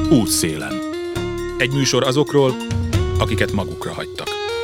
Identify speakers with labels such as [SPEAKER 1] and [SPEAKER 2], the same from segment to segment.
[SPEAKER 1] Útszélen. Egy műsor azokról, akiket magukra hagytak.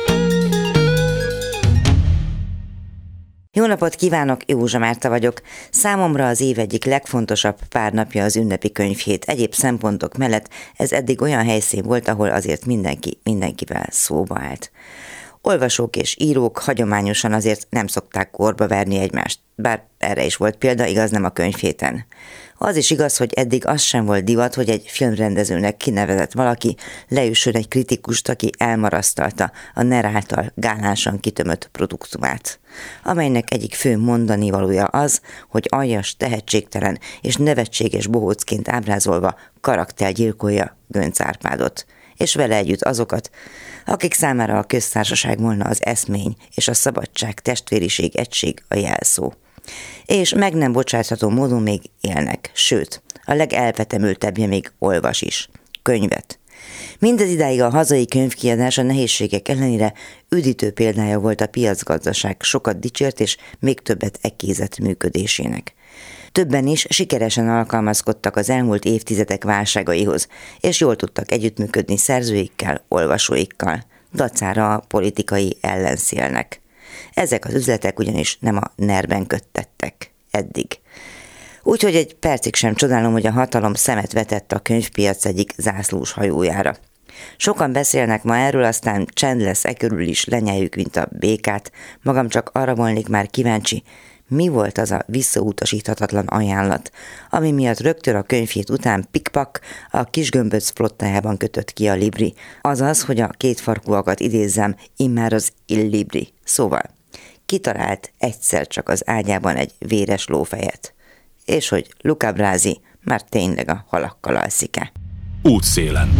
[SPEAKER 2] Jó napot kívánok, Józsa Márta vagyok. Számomra az év egyik legfontosabb pár napja az ünnepi könyvhét. Egyéb szempontok mellett ez eddig olyan helyszín volt, ahol azért mindenki mindenkivel szóba állt. Olvasók és írók hagyományosan azért nem szokták korba verni egymást, bár erre is volt példa, igaz nem a könyvhéten. Az is igaz, hogy eddig az sem volt divat, hogy egy filmrendezőnek kinevezett valaki leüssön egy kritikust, aki elmarasztalta a NER által gálánsan kitömött produktumát, amelynek egyik fő mondanivalója az, hogy aljas, tehetségtelen és nevetséges bohócként ábrázolva karaktergyilkolja Göncz Árpádot, és vele együtt azokat, akik számára a köztársaság volna az eszmény és a szabadság, testvériség, egység a jelszó. És meg nem bocsátható módon még élnek, sőt, a legelvetemültebbje még olvas is, könyvet. Mindez idáig a hazai könyvkiadás a nehézségek ellenére üdítő példája volt a piacgazdaság sokat dicsért és még többet ekézett működésének. Többen is sikeresen alkalmazkodtak az elmúlt évtizedek válságaihoz, és jól tudtak együttműködni szerzőikkel, olvasóikkal, dacára a politikai ellenszélnek. Ezek az üzletek ugyanis nem a NER-ben köttettek eddig. Úgyhogy egy percig sem csodálom, hogy a hatalom szemet vetett a könyvpiac egyik zászlós hajójára. Sokan beszélnek ma erről, aztán csend lesz körül is, lenyeljük, mint a békát. Magam csak arra volnék már kíváncsi, mi volt az a visszautasíthatatlan ajánlat, ami miatt rögtön a könyvhét után pikpak a Kisgömböc flottájában kötött ki a Libri, azaz, hogy a kétfarkúakat idézzem, immár az illibri. Szóval, kitalált egyszer csak az ágyában egy véres lófejet, és hogy Luca Brasi már tényleg a halakkal alszik-e.
[SPEAKER 1] Útszélen.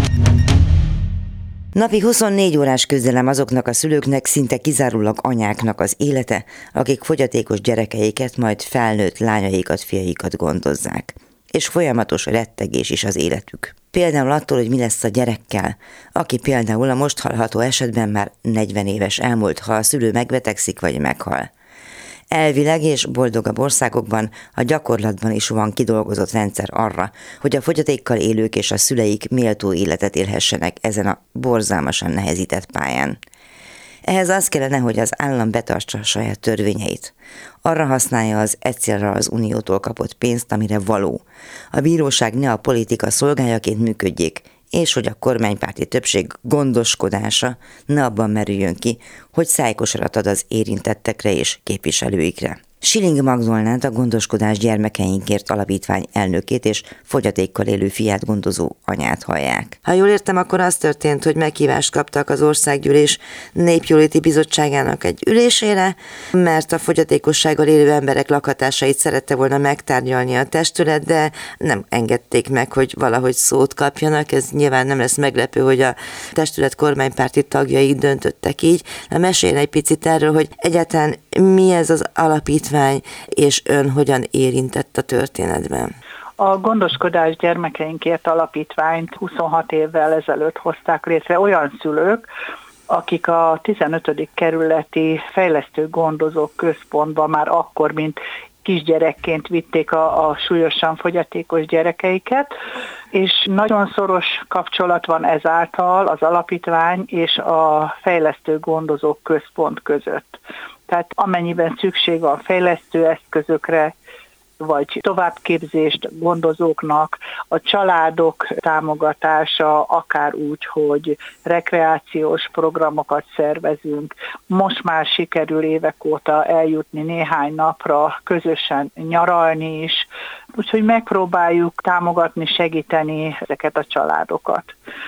[SPEAKER 2] Napi 24 órás küzdelem azoknak a szülőknek, szinte kizárólag anyáknak az élete, akik fogyatékos gyerekeiket, majd felnőtt lányaikat, fiaikat gondozzák. És folyamatos rettegés is az életük. Például attól, hogy mi lesz a gyerekkel, aki például a most hallható esetben már 40 éves elmúlt, ha a szülő megbetegszik vagy meghal. Elvileg és boldogabb országokban a gyakorlatban is van kidolgozott rendszer arra, hogy a fogyatékkal élők és a szüleik méltó életet élhessenek ezen a borzalmasan nehezített pályán. Ehhez az kellene, hogy az állam betartsa saját törvényeit. Arra használja az egyszerre az uniótól kapott pénzt, amire való. A bíróság ne a politika szolgáljaként működjék, és hogy a kormánypárti többség gondoskodása ne abban merüljön ki, hogy szájkosarat ad az érintettekre és képviselőikre. Schilling Magdolnát, a Gondoskodás gyermekeinkért alapítvány elnökét és fogyatékkal élő fiát gondozó anyát hallják. Ha jól értem, akkor az történt, hogy meghívást kaptak az Országgyűlés Népjóléti Bizottságának egy ülésére, mert a fogyatékossággal élő emberek lakhatásait szerette volna megtárgyalni a testület, de nem engedték meg, hogy valahogy szót kapjanak. Ez nyilván nem lesz meglepő, hogy a testület kormánypárti tagjai döntöttek így. Na, mesélj egy picit erről, hogy egyáltalán mi ez az alapítvány, és ön hogyan érintett a történetben?
[SPEAKER 3] A Gondoskodás gyermekeinkért alapítványt 26 évvel ezelőtt hozták létre olyan szülők, akik a 15. kerületi fejlesztő gondozók központba már akkor, mint kisgyerekként vitték a súlyosan fogyatékos gyerekeiket, és nagyon szoros kapcsolat van ezáltal az alapítvány és a fejlesztő gondozók központ között. Tehát amennyiben szükség van fejlesztő eszközökre, vagy továbbképzést gondozóknak, a családok támogatása, akár úgy, hogy rekreációs programokat szervezünk. Most már sikerül évek óta eljutni néhány napra, közösen nyaralni is, úgyhogy megpróbáljuk támogatni, segíteni ezeket a családokat.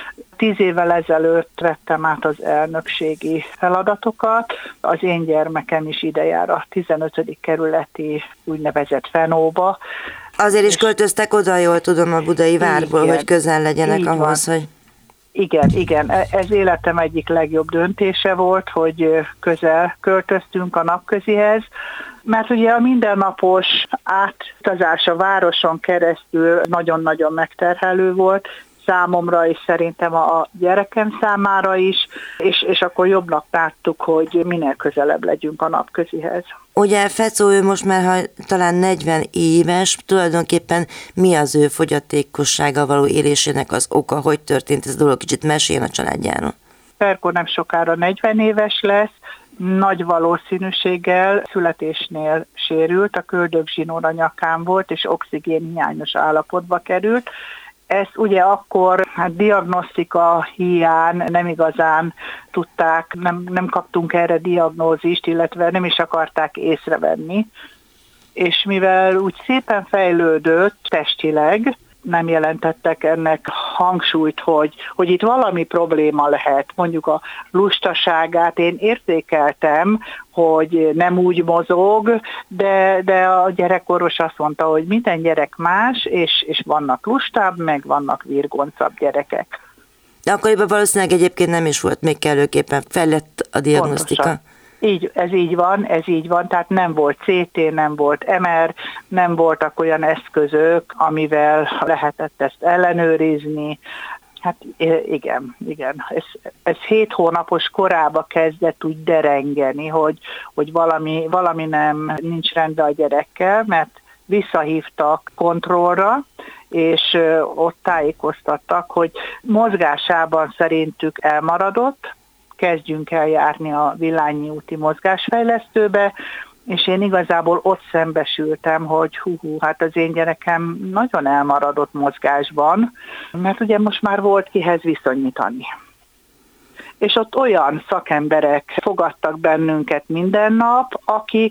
[SPEAKER 3] 10 évvel ezelőtt vettem át az elnökségi feladatokat. Az én gyermekem is ide jár a 15. kerületi úgynevezett Fenóba.
[SPEAKER 2] Azért is költöztek oda, jól tudom, a Budai Várból, igen, hogy közel legyenek ahhoz, hogy...
[SPEAKER 3] Igen. Ez életem egyik legjobb döntése volt, hogy közel költöztünk a Napközihez, mert ugye a mindennapos átutazás a városon keresztül nagyon-nagyon megterhelő volt, számomra, és szerintem a gyerekem számára is, és akkor jobbnak láttuk, hogy minél közelebb legyünk a Napközihez.
[SPEAKER 2] Ugye Fecó, ő most már talán 40 éves, tulajdonképpen mi az ő fogyatékossággal való élésének az oka, hogy történt ez a dolog, kicsit meséljen a családjáról.
[SPEAKER 3] Ferko nem sokára 40 éves lesz, nagy valószínűséggel születésnél sérült, a köldökzsinór a nyakán volt, és oxigénhiányos állapotba került. Ezt ugye akkor diagnosztika hiány nem igazán tudták, nem kaptunk erre diagnózist, illetve nem is akarták észrevenni. És mivel úgy szépen fejlődött testileg, nem jelentettek ennek hangsúlyt, hogy itt valami probléma lehet. Mondjuk a lustaságát én értékeltem, hogy nem úgy mozog, de a gyerekorvos azt mondta, hogy minden gyerek más, és vannak lustább, meg vannak virgoncabb gyerekek.
[SPEAKER 2] De akkoriban valószínűleg egyébként nem is volt még kellőképpen fejlett a diagnosztika.
[SPEAKER 3] Pontosan. Ez így van, tehát nem volt CT, nem volt MR, nem voltak olyan eszközök, amivel lehetett ezt ellenőrizni. Hát igen. Ez 7 hónapos korába kezdett úgy derengeni, hogy valami nincs rendben a gyerekkel, mert visszahívtak kontrollra, és ott tájékoztattak, hogy mozgásában szerintük elmaradott, kezdjünk el járni a Villányi úti mozgásfejlesztőbe, és én igazából ott szembesültem, hogy hát az én gyerekem nagyon elmaradott mozgásban, mert ugye most már volt kihez viszonyítani. És ott olyan szakemberek fogadtak bennünket minden nap,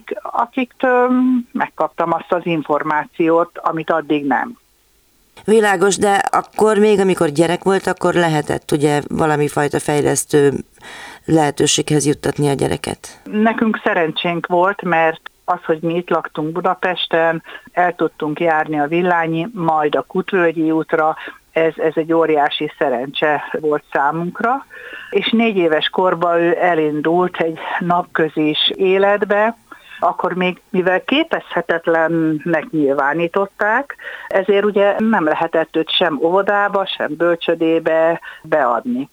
[SPEAKER 3] akiktől megkaptam azt az információt, amit addig nem.
[SPEAKER 2] Világos, de akkor még, amikor gyerek volt, akkor lehetett ugye valami fajta fejlesztő lehetőséghez juttatni a gyereket?
[SPEAKER 3] Nekünk szerencsénk volt, mert az, hogy mi itt laktunk Budapesten, el tudtunk járni a Villányi, majd a Kutvölgyi útra, ez egy óriási szerencse volt számunkra. És 4 éves korban ő elindult egy napközis életbe, akkor még mivel képezhetetlennek nyilvánították, ezért ugye nem lehetett őt sem óvodába, sem bölcsödébe beadni.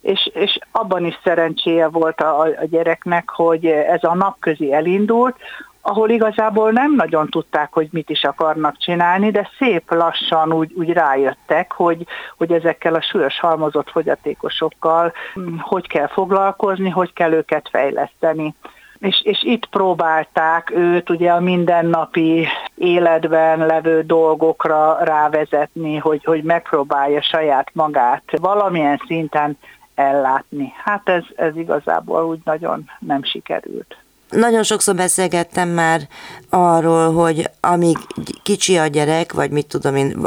[SPEAKER 3] És abban is szerencséje volt a gyereknek, hogy ez a napközi elindult, ahol igazából nem nagyon tudták, hogy mit is akarnak csinálni, de szép lassan úgy rájöttek, hogy ezekkel a súlyos halmozott fogyatékosokkal hogy kell foglalkozni, hogy kell őket fejleszteni. És itt próbálták őt ugye a mindennapi életben levő dolgokra rávezetni, hogy megpróbálja saját magát valamilyen szinten ellátni. Hát ez igazából úgy nagyon nem sikerült.
[SPEAKER 2] Nagyon sokszor beszélgettem már arról, hogy amíg kicsi a gyerek, vagy mit tudom én,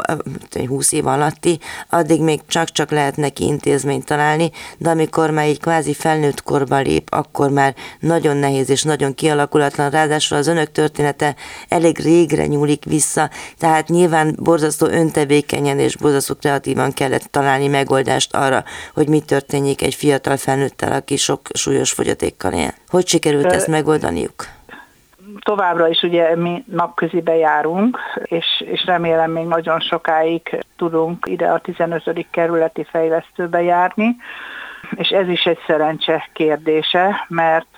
[SPEAKER 2] 20 év alatti, addig még csak lehet neki intézményt találni, de amikor már így kvázi felnőtt korba lép, akkor már nagyon nehéz és nagyon kialakulatlan, ráadásul az önök története elég régre nyúlik vissza, tehát nyilván borzasztó öntevékenyen és borzasztó kreatívan kellett találni megoldást arra, hogy mi történjék egy fiatal felnőttel, aki sok súlyos fogyatékkal él. Hogy sikerült ezt megoldaniuk?
[SPEAKER 3] Továbbra is ugye mi napközibe járunk, és remélem még nagyon sokáig tudunk ide a 15. kerületi fejlesztőbe járni, és ez is egy szerencse kérdése, mert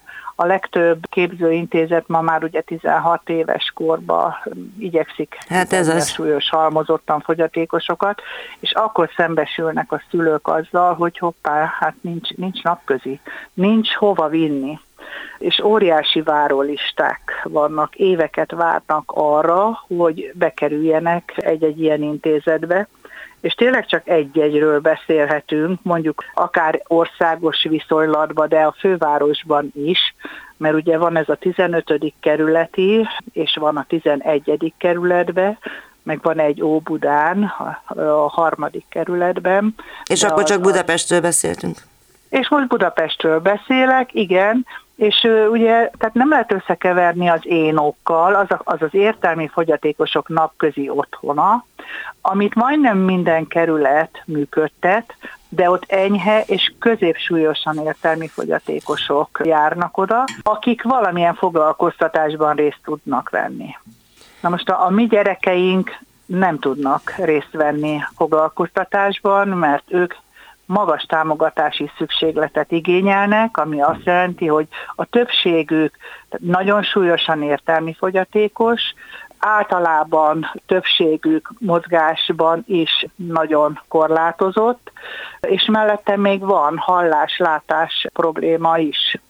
[SPEAKER 3] a legtöbb képzőintézet ma már ugye 16 éves korba igyekszik súlyos halmozottan fogyatékosokat, és akkor szembesülnek a szülők azzal, hogy hoppá, hát nincs napközi, nincs hova vinni. És óriási várólisták vannak, éveket várnak arra, hogy bekerüljenek egy ilyen intézetbe, és tényleg csak egy-egyről beszélhetünk, mondjuk akár országos viszonylatban, de a fővárosban is, mert ugye van ez a 15. kerületi, és van a 11. kerületben, meg van egy Óbudán, a 3. kerületben.
[SPEAKER 2] És akkor csak Budapestről beszéltünk.
[SPEAKER 3] És most Budapestről beszélek, igen, és ugye, tehát nem lehet összekeverni az énokkal, az értelmi fogyatékosok napközi otthona, amit majdnem minden kerület működtet, de ott enyhe és középsúlyosan értelmi fogyatékosok járnak oda, akik valamilyen foglalkoztatásban részt tudnak venni. Na most a mi gyerekeink nem tudnak részt venni foglalkoztatásban, mert ők magas támogatási szükségletet igényelnek, ami azt jelenti, hogy a többségük nagyon súlyosan értelmi fogyatékos, általában többségük mozgásban is nagyon korlátozott, és mellette még van hallás-látás probléma is.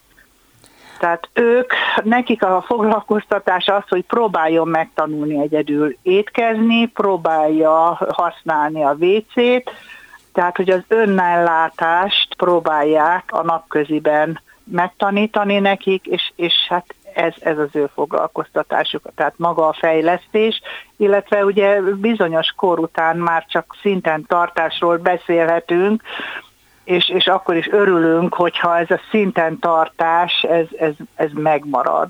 [SPEAKER 3] Tehát nekik a foglalkoztatás az, hogy próbáljon megtanulni egyedül étkezni, próbálja használni a WC-t, tehát hogy az önellátást próbálják a napköziben megtanítani nekik, és hát ez az ő foglalkoztatásuk, tehát maga a fejlesztés, illetve ugye bizonyos kor után már csak szinten tartásról beszélhetünk, és akkor is örülünk, hogyha ez a szinten tartás, ez megmarad.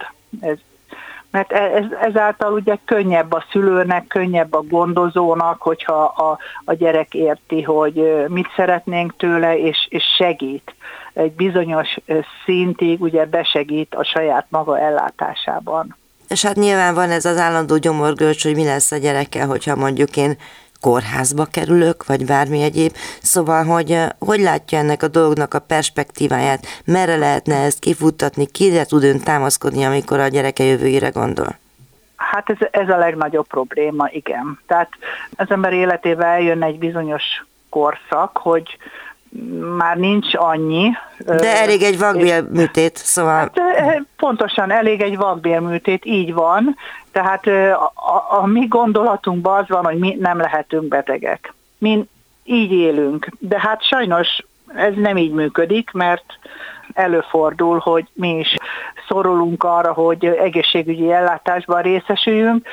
[SPEAKER 3] Mert ezáltal ugye könnyebb a szülőnek, könnyebb a gondozónak, hogyha a gyerek érti, hogy mit szeretnénk tőle, és segít. Egy bizonyos szintig ugye besegít a saját maga ellátásában.
[SPEAKER 2] És hát nyilván van ez az állandó gyomorgörcs, hogy mi lesz a gyerekkel, hogyha mondjuk én kórházba kerülök, vagy bármi egyéb. Szóval, hogy látja ennek a dolognak a perspektíváját, merre lehetne ezt kifuttatni, kire tud ön támaszkodni, amikor a gyereke jövőjére gondol?
[SPEAKER 3] Hát ez a legnagyobb probléma, igen. Tehát az ember életével eljön egy bizonyos korszak, hogy már nincs annyi.
[SPEAKER 2] De elég egy vakbélműtét, szóval...
[SPEAKER 3] Hát, pontosan, elég egy vakbélműtét, így van. Tehát a mi gondolatunkban az van, hogy mi nem lehetünk betegek. Mi így élünk, de hát sajnos ez nem így működik, mert előfordul, hogy mi is szorulunk arra, hogy egészségügyi ellátásban részesüljünk.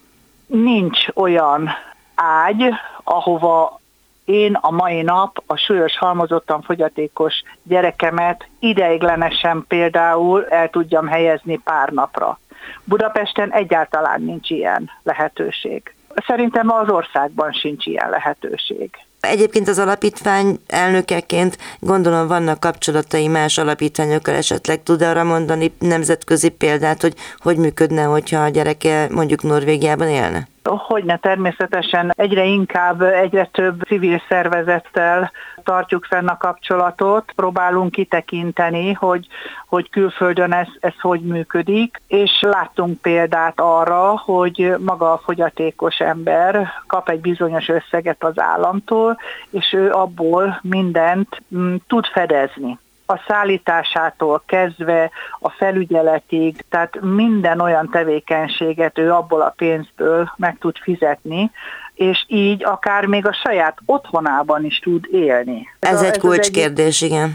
[SPEAKER 3] Nincs olyan ágy, ahova én a mai nap a súlyos halmozottan fogyatékos gyerekemet ideiglenesen például el tudjam helyezni pár napra. Budapesten egyáltalán nincs ilyen lehetőség. Szerintem az országban sincs ilyen lehetőség.
[SPEAKER 2] Egyébként az alapítvány elnökeként gondolom vannak kapcsolatai más alapítványokkal, esetleg tud arra mondani nemzetközi példát, hogy működne, hogyha a gyereke mondjuk Norvégiában élne?
[SPEAKER 3] Hogyne, természetesen egyre több civil szervezettel tartjuk fenn a kapcsolatot, próbálunk kitekinteni, hogy külföldön ez hogy működik, és láttunk példát arra, hogy maga a fogyatékos ember kap egy bizonyos összeget az államtól, és ő abból mindent tud fedezni. A szállításától kezdve a felügyeletig, tehát minden olyan tevékenységet ő abból a pénzből meg tud fizetni, és így akár még a saját otthonában is tud élni.
[SPEAKER 2] Ez egy kulcskérdés, igen.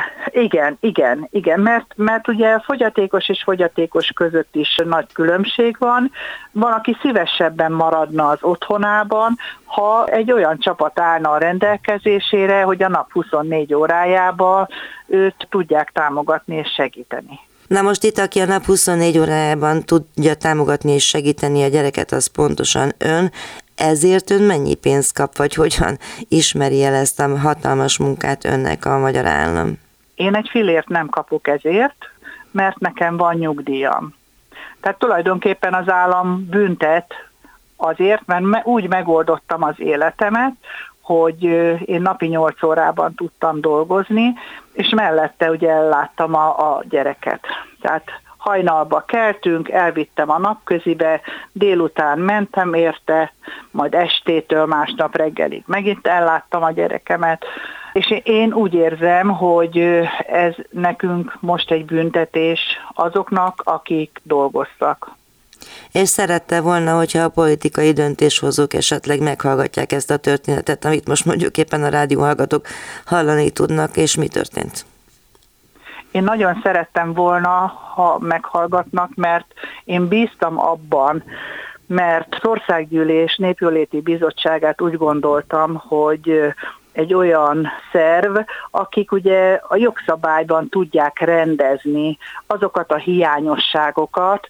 [SPEAKER 3] Igen, mert ugye fogyatékos és fogyatékos között is nagy különbség van. Van, aki szívesebben maradna az otthonában, ha egy olyan csapat állna a rendelkezésére, hogy a nap 24 órájában őt tudják támogatni és segíteni.
[SPEAKER 2] Na most itt, aki a nap 24 órájában tudja támogatni és segíteni a gyereket, az pontosan ön. Ezért ön mennyi pénzt kap, vagy hogyan ismeri el ezt a hatalmas munkát önnek a magyar állam?
[SPEAKER 3] Én egy fillért nem kapok ezért, mert nekem van nyugdíjam. Tehát tulajdonképpen az állam büntet azért, mert úgy megoldottam az életemet, hogy én napi 8 órában tudtam dolgozni, és mellette ugye elláttam a gyereket. Tehát hajnalba keltünk, elvittem a napközibe, délután mentem érte, majd estétől másnap reggelig megint elláttam a gyerekemet, és én úgy érzem, hogy ez nekünk most egy büntetés azoknak, akik dolgoztak.
[SPEAKER 2] És szerette volna, hogyha a politikai döntéshozók esetleg meghallgatják ezt a történetet, amit most mondjuk éppen a rádióhallgatók hallani tudnak, és mi történt?
[SPEAKER 3] Én nagyon szerettem volna, ha meghallgatnak, mert én bíztam abban, mert az Országgyűlés Népjóléti Bizottságát úgy gondoltam, hogy egy olyan szerv, akik ugye a jogszabályban tudják rendezni azokat a hiányosságokat,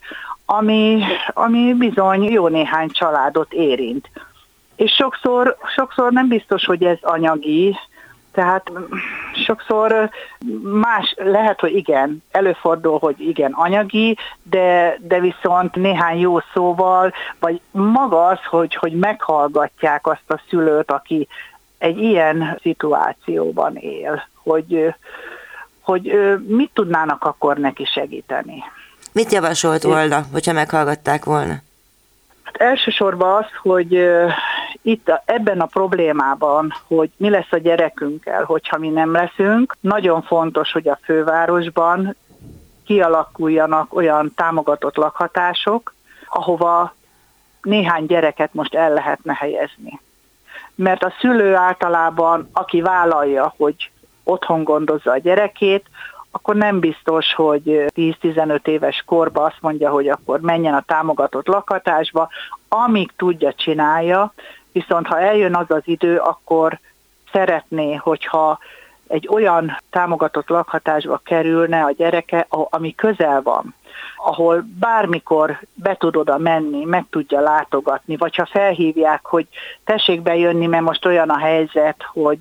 [SPEAKER 3] ami bizony jó néhány családot érint. És sokszor nem biztos, hogy ez anyagi, tehát sokszor más, lehet, hogy igen, előfordul, hogy igen, anyagi, de viszont néhány jó szóval, vagy maga az, hogy meghallgatják azt a szülőt, aki egy ilyen szituációban él, hogy mit tudnának akkor neki segíteni.
[SPEAKER 2] Mit javasolt volna, hogyha meghallgatták volna?
[SPEAKER 3] Hát elsősorban az, hogy itt ebben a problémában, hogy mi lesz a gyerekünkkel, hogyha mi nem leszünk, nagyon fontos, hogy a fővárosban kialakuljanak olyan támogatott lakhatások, ahova néhány gyereket most el lehetne helyezni. Mert a szülő általában, aki vállalja, hogy otthon gondozza a gyerekét, akkor nem biztos, hogy 10-15 éves korban azt mondja, hogy akkor menjen a támogatott lakhatásba, amíg tudja, csinálja, viszont ha eljön az az idő, akkor szeretné, hogyha egy olyan támogatott lakhatásba kerülne a gyereke, ami közel van, ahol bármikor be tud oda menni, meg tudja látogatni, vagy ha felhívják, hogy tessék bejönni, mert most olyan a helyzet,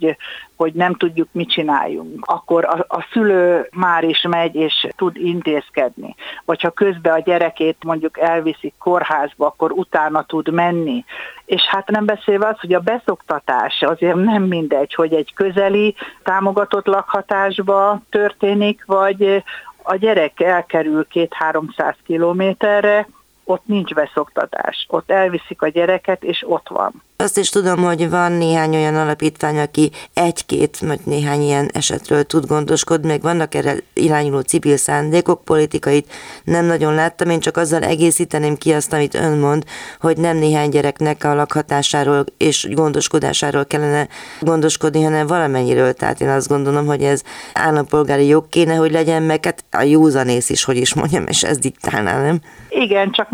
[SPEAKER 3] hogy nem tudjuk, mit csináljunk, akkor a szülő már is megy, és tud intézkedni. Vagy ha közben a gyerekét mondjuk elviszik kórházba, akkor utána tud menni. És hát nem beszélve az, hogy a beszoktatás azért nem mindegy, hogy egy közeli támogatott lakhatásba történik, vagy a gyerek elkerül 200-300 kilométerre, ott nincs beszoktatás. Ott elviszik a gyereket, és ott van.
[SPEAKER 2] Azt is tudom, hogy van néhány olyan alapítvány, aki egy-két, vagy néhány ilyen esetről tud gondoskodni, meg vannak erre irányuló civil szándékok, politikait nem nagyon láttam, én csak azzal egészíteném ki azt, amit ön mond, hogy nem néhány gyereknek a lakhatásáról és gondoskodásáról kellene gondoskodni, hanem valamennyiről. Tehát én azt gondolom, hogy ez állampolgári jog kéne, hogy legyen, meg hát a józanész is, hogy is mondjam, és ez diktálná, nem?
[SPEAKER 3] Igen, csak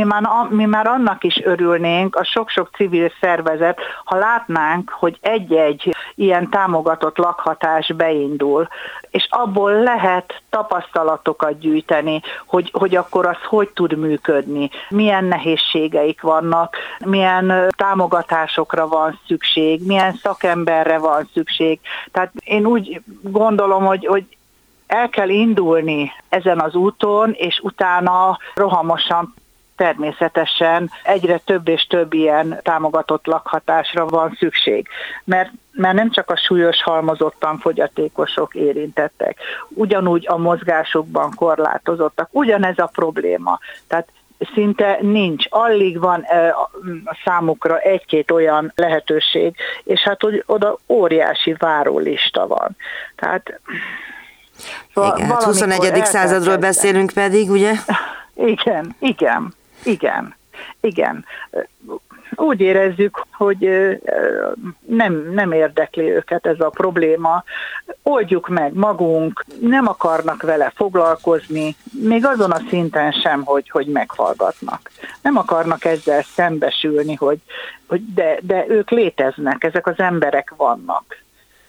[SPEAKER 3] mi már annak is örülnénk, a sok-sok civil szervezet, ha látnánk, hogy egy-egy ilyen támogatott lakhatás beindul, és abból lehet tapasztalatokat gyűjteni, hogy akkor az hogy tud működni, milyen nehézségeik vannak, milyen támogatásokra van szükség, milyen szakemberre van szükség. Tehát én úgy gondolom, hogy el kell indulni ezen az úton, és utána rohamosan természetesen egyre több és több ilyen támogatott lakhatásra van szükség. Mert nem csak a súlyos halmozottan fogyatékosok érintettek, ugyanúgy a mozgásokban korlátozottak, ugyanez a probléma. Tehát szinte nincs, alig van számukra egy-két olyan lehetőség, és hát hogy oda óriási várólista van. Tehát
[SPEAKER 2] igen, hát 21. századról beszélünk pedig, ugye?
[SPEAKER 3] Igen. Úgy érezzük, hogy nem érdekli őket ez a probléma. Oldjuk meg magunk, nem akarnak vele foglalkozni, még azon a szinten sem, hogy meghallgatnak. Nem akarnak ezzel szembesülni, de ők léteznek, ezek az emberek vannak.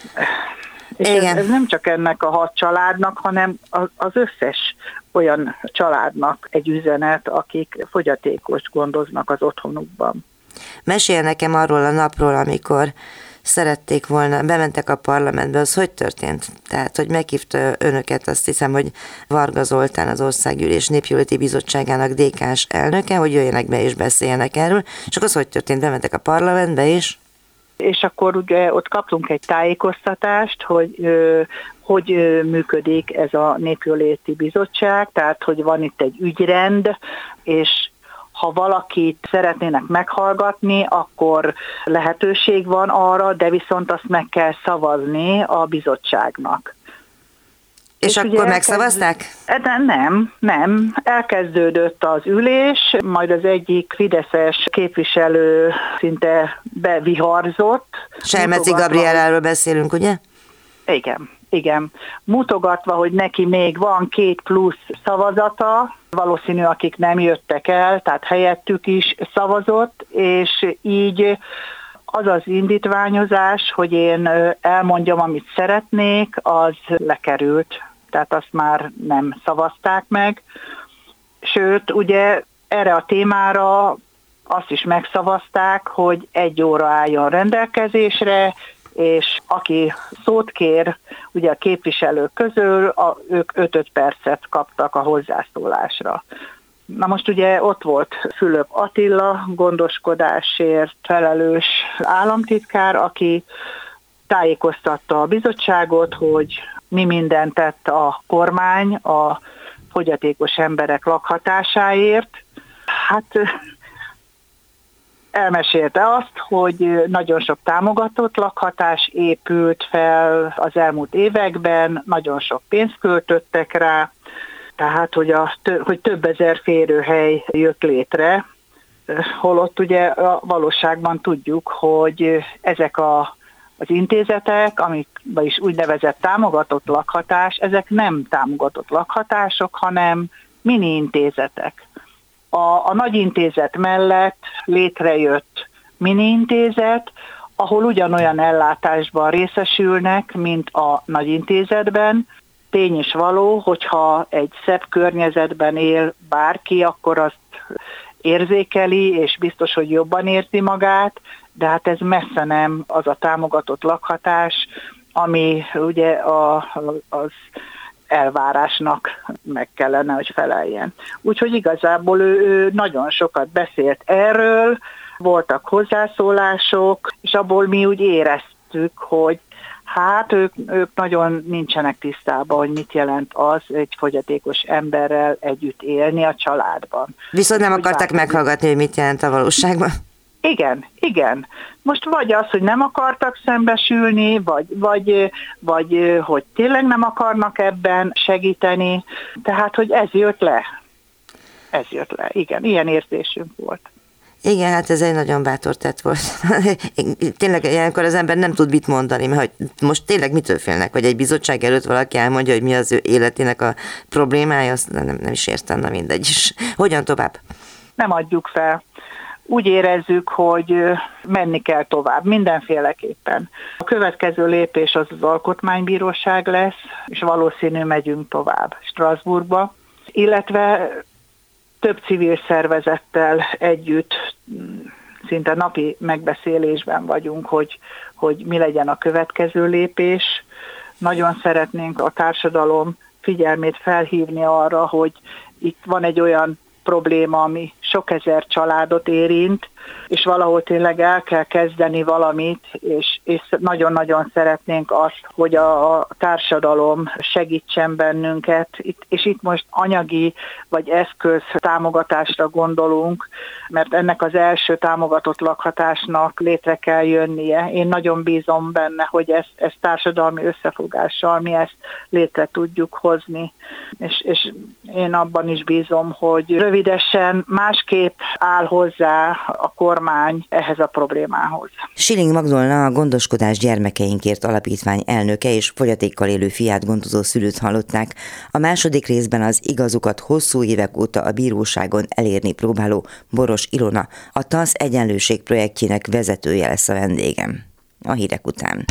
[SPEAKER 3] És ez nem csak ennek a 6 családnak, hanem az összes olyan családnak egy üzenet, akik fogyatékost gondoznak az otthonukban.
[SPEAKER 2] Mesélj nekem arról a napról, amikor szerették volna, bementek a parlamentbe, az hogy történt? Tehát, hogy meghívta önöket, azt hiszem, hogy Varga Zoltán, az Országgyűlés Népjóléti Bizottságának DK-s elnöke, hogy jöjjenek be és beszéljenek erről, és akkor az hogy történt? Bementek a parlamentbe is?
[SPEAKER 3] És akkor ugye ott kaptunk egy tájékoztatást, hogy működik ez a Népjóléti Bizottság, tehát hogy van itt egy ügyrend, és ha valakit szeretnének meghallgatni, akkor lehetőség van arra, de viszont azt meg kell szavazni a bizottságnak.
[SPEAKER 2] És akkor megszavazták?
[SPEAKER 3] Nem. Elkezdődött az ülés, majd az egyik fideszes képviselő szinte beviharzott.
[SPEAKER 2] Selmeci Gabrielláról beszélünk, ugye?
[SPEAKER 3] Igen. Mutogatva, hogy neki még van 2 plusz szavazata, valószínű, akik nem jöttek el, tehát helyettük is szavazott, és így az az indítványozás, hogy én elmondjam, amit szeretnék, az lekerült. Tehát azt már nem szavazták meg. Sőt, ugye erre a témára azt is megszavazták, hogy 1 óra álljon rendelkezésre, és aki szót kér, ugye a képviselők közül, ők 5 percet kaptak a hozzászólásra. Na most ugye ott volt Fülöp Attila, gondoskodásért felelős államtitkár, aki tájékoztatta a bizottságot, hogy mi mindent tett a kormány a fogyatékos emberek lakhatásáért. Hát elmesélte azt, hogy nagyon sok támogatott lakhatás épült fel az elmúlt években, nagyon sok pénzt költöttek rá, tehát hogy több ezer férőhely jött létre, holott ugye a valóságban tudjuk, hogy ezek az intézetek, vagyis úgynevezett támogatott lakhatás, ezek nem támogatott lakhatások, hanem mini intézetek. A nagy intézet mellett létrejött mini intézet, ahol ugyanolyan ellátásban részesülnek, mint a nagy intézetben. Tény is való, hogyha egy szebb környezetben él bárki, akkor azt érzékeli, és biztos, hogy jobban érzi magát, de hát ez messze nem az a támogatott lakhatás, ami ugye az elvárásnak meg kellene, hogy feleljen. Úgyhogy igazából ő nagyon sokat beszélt erről, voltak hozzászólások, és abból mi úgy éreztük, hogy hát ők nagyon nincsenek tisztában, hogy mit jelent az egy fogyatékos emberrel együtt élni a családban.
[SPEAKER 2] Viszont nem akarták meghallgatni, hogy mit jelent a valóságban?
[SPEAKER 3] Igen. Most vagy az, hogy nem akartak szembesülni, vagy hogy tényleg nem akarnak ebben segíteni. Tehát, hogy ez jött le. Igen, ilyen érzésünk volt.
[SPEAKER 2] Igen, hát ez egy nagyon bátor tett volt. Tényleg ilyenkor az ember nem tud mit mondani, mert hogy most tényleg mitől félnek, hogy egy bizottság előtt valaki elmondja, hogy mi az ő életének a problémája, azt nem is értem, na mindegy is. Hogyan tovább? Nem
[SPEAKER 3] adjuk fel. Úgy érezzük, hogy menni kell tovább, mindenféleképpen. A következő lépés az alkotmánybíróság lesz, és valószínű megyünk tovább Strasbourgba, illetve több civil szervezettel együtt szinte napi megbeszélésben vagyunk, hogy mi legyen a következő lépés. Nagyon szeretnénk a társadalom figyelmét felhívni arra, hogy itt van egy olyan probléma, ami sok ezer családot érint, és valahol tényleg el kell kezdeni valamit, és nagyon-nagyon szeretnénk azt, hogy a társadalom segítsen bennünket, és itt most anyagi vagy eszköz támogatásra gondolunk, mert ennek az első támogatott lakhatásnak létre kell jönnie. Én nagyon bízom benne, hogy ezt társadalmi összefogással mi ezt létre tudjuk hozni, és én abban is bízom, hogy rövidesen másképp áll hozzá a kormány ehhez a problémához.
[SPEAKER 2] Schilling Magdolna, a Gondoskodás gyermekeinkért alapítvány elnöke és fogyatékkal élő fiát gondozó szülőt hallották. A második részben az igazukat hosszú évek óta a bíróságon elérni próbáló Boros Ilona, a TASZ egyenlőség projektjének vezetője lesz a vendégem. A hírek után.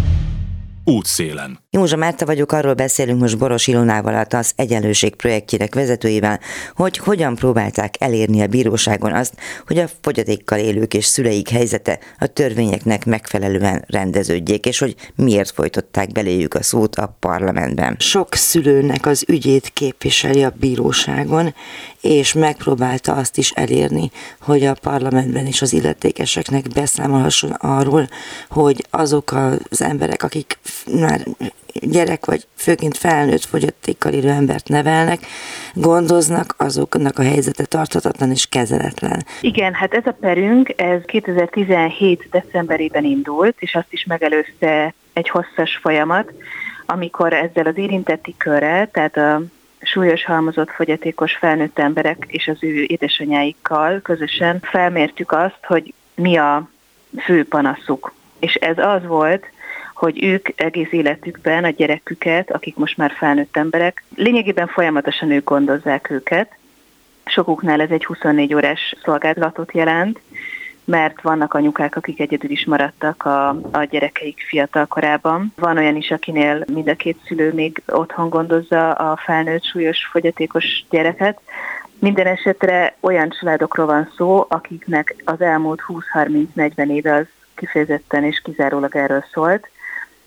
[SPEAKER 1] Útszélen.
[SPEAKER 2] Józsa Márta vagyok, arról beszélünk most Boros Ilonával, a TASZ egyenlőség projektjének vezetőjével, hogy hogyan próbálták elérni a bíróságon azt, hogy a fogyatékkal élők és szüleik helyzete a törvényeknek megfelelően rendeződjék, és hogy miért folytották beléjük a szót a parlamentben. Sok szülőnek az ügyét képviseli a bíróságon, és megpróbálta azt is elérni, hogy a parlamentben is az illetékeseknek beszámolhasson arról, hogy azok az emberek, akik már gyerek vagy főként felnőtt fogyatékkal élő embert nevelnek, gondoznak, azoknak a helyzete tarthatatlan és kezeletlen.
[SPEAKER 4] Igen, hát ez a perünk, ez 2017. decemberében indult, és azt is megelőzte egy hosszas folyamat, amikor ezzel az érintetti körrel, tehát a súlyos halmozott fogyatékos felnőtt emberek és az ő édesanyáikkal közösen felmértük azt, hogy mi a fő panaszuk. És ez az volt, hogy ők egész életükben a gyereküket, akik most már felnőtt emberek, lényegében folyamatosan ők gondozzák őket. Sokuknál ez egy 24 órás szolgálatot jelent, mert vannak anyukák, akik egyedül is maradtak a gyerekeik fiatal korában. Van olyan is, akinél mind a két szülő még otthon gondozza a felnőtt súlyos fogyatékos gyereket. Minden esetre olyan családokról van szó, akiknek az elmúlt 20-30-40 éve az kifejezetten és kizárólag erről szólt,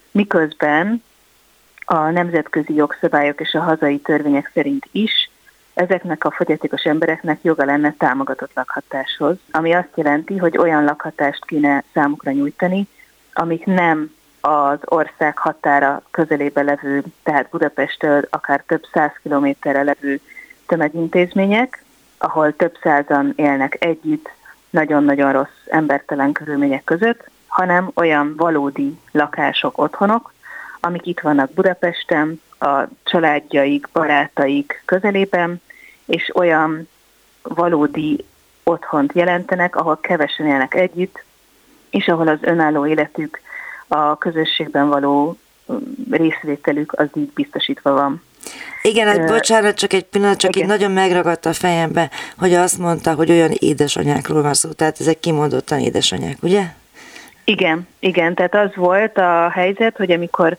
[SPEAKER 4] miközben a nemzetközi jogszabályok és a hazai törvények szerint is ezeknek a fogyatékos embereknek joga lenne támogatott lakhatáshoz, ami azt jelenti, hogy olyan lakhatást kéne számukra nyújtani, amik nem az ország határa közelében levő, tehát Budapesttől akár több 100 kilométerre levő tömegintézmények, ahol több százan élnek együtt, nagyon-nagyon rossz, embertelen körülmények között, hanem olyan valódi lakások, otthonok, amik itt vannak Budapesten, a családjaik, barátaik közelében, és olyan valódi otthont jelentenek, ahol kevesen élnek együtt, és ahol az önálló életük, a közösségben való részvételük az így biztosítva van.
[SPEAKER 2] Igen, hát bocsánat, csak egy pillanat, csak így nagyon megragadt a fejembe, hogy azt mondta, hogy olyan édesanyákról van szó, tehát ezek kimondottan édesanyák, ugye?
[SPEAKER 4] Igen, tehát az volt a helyzet, hogy amikor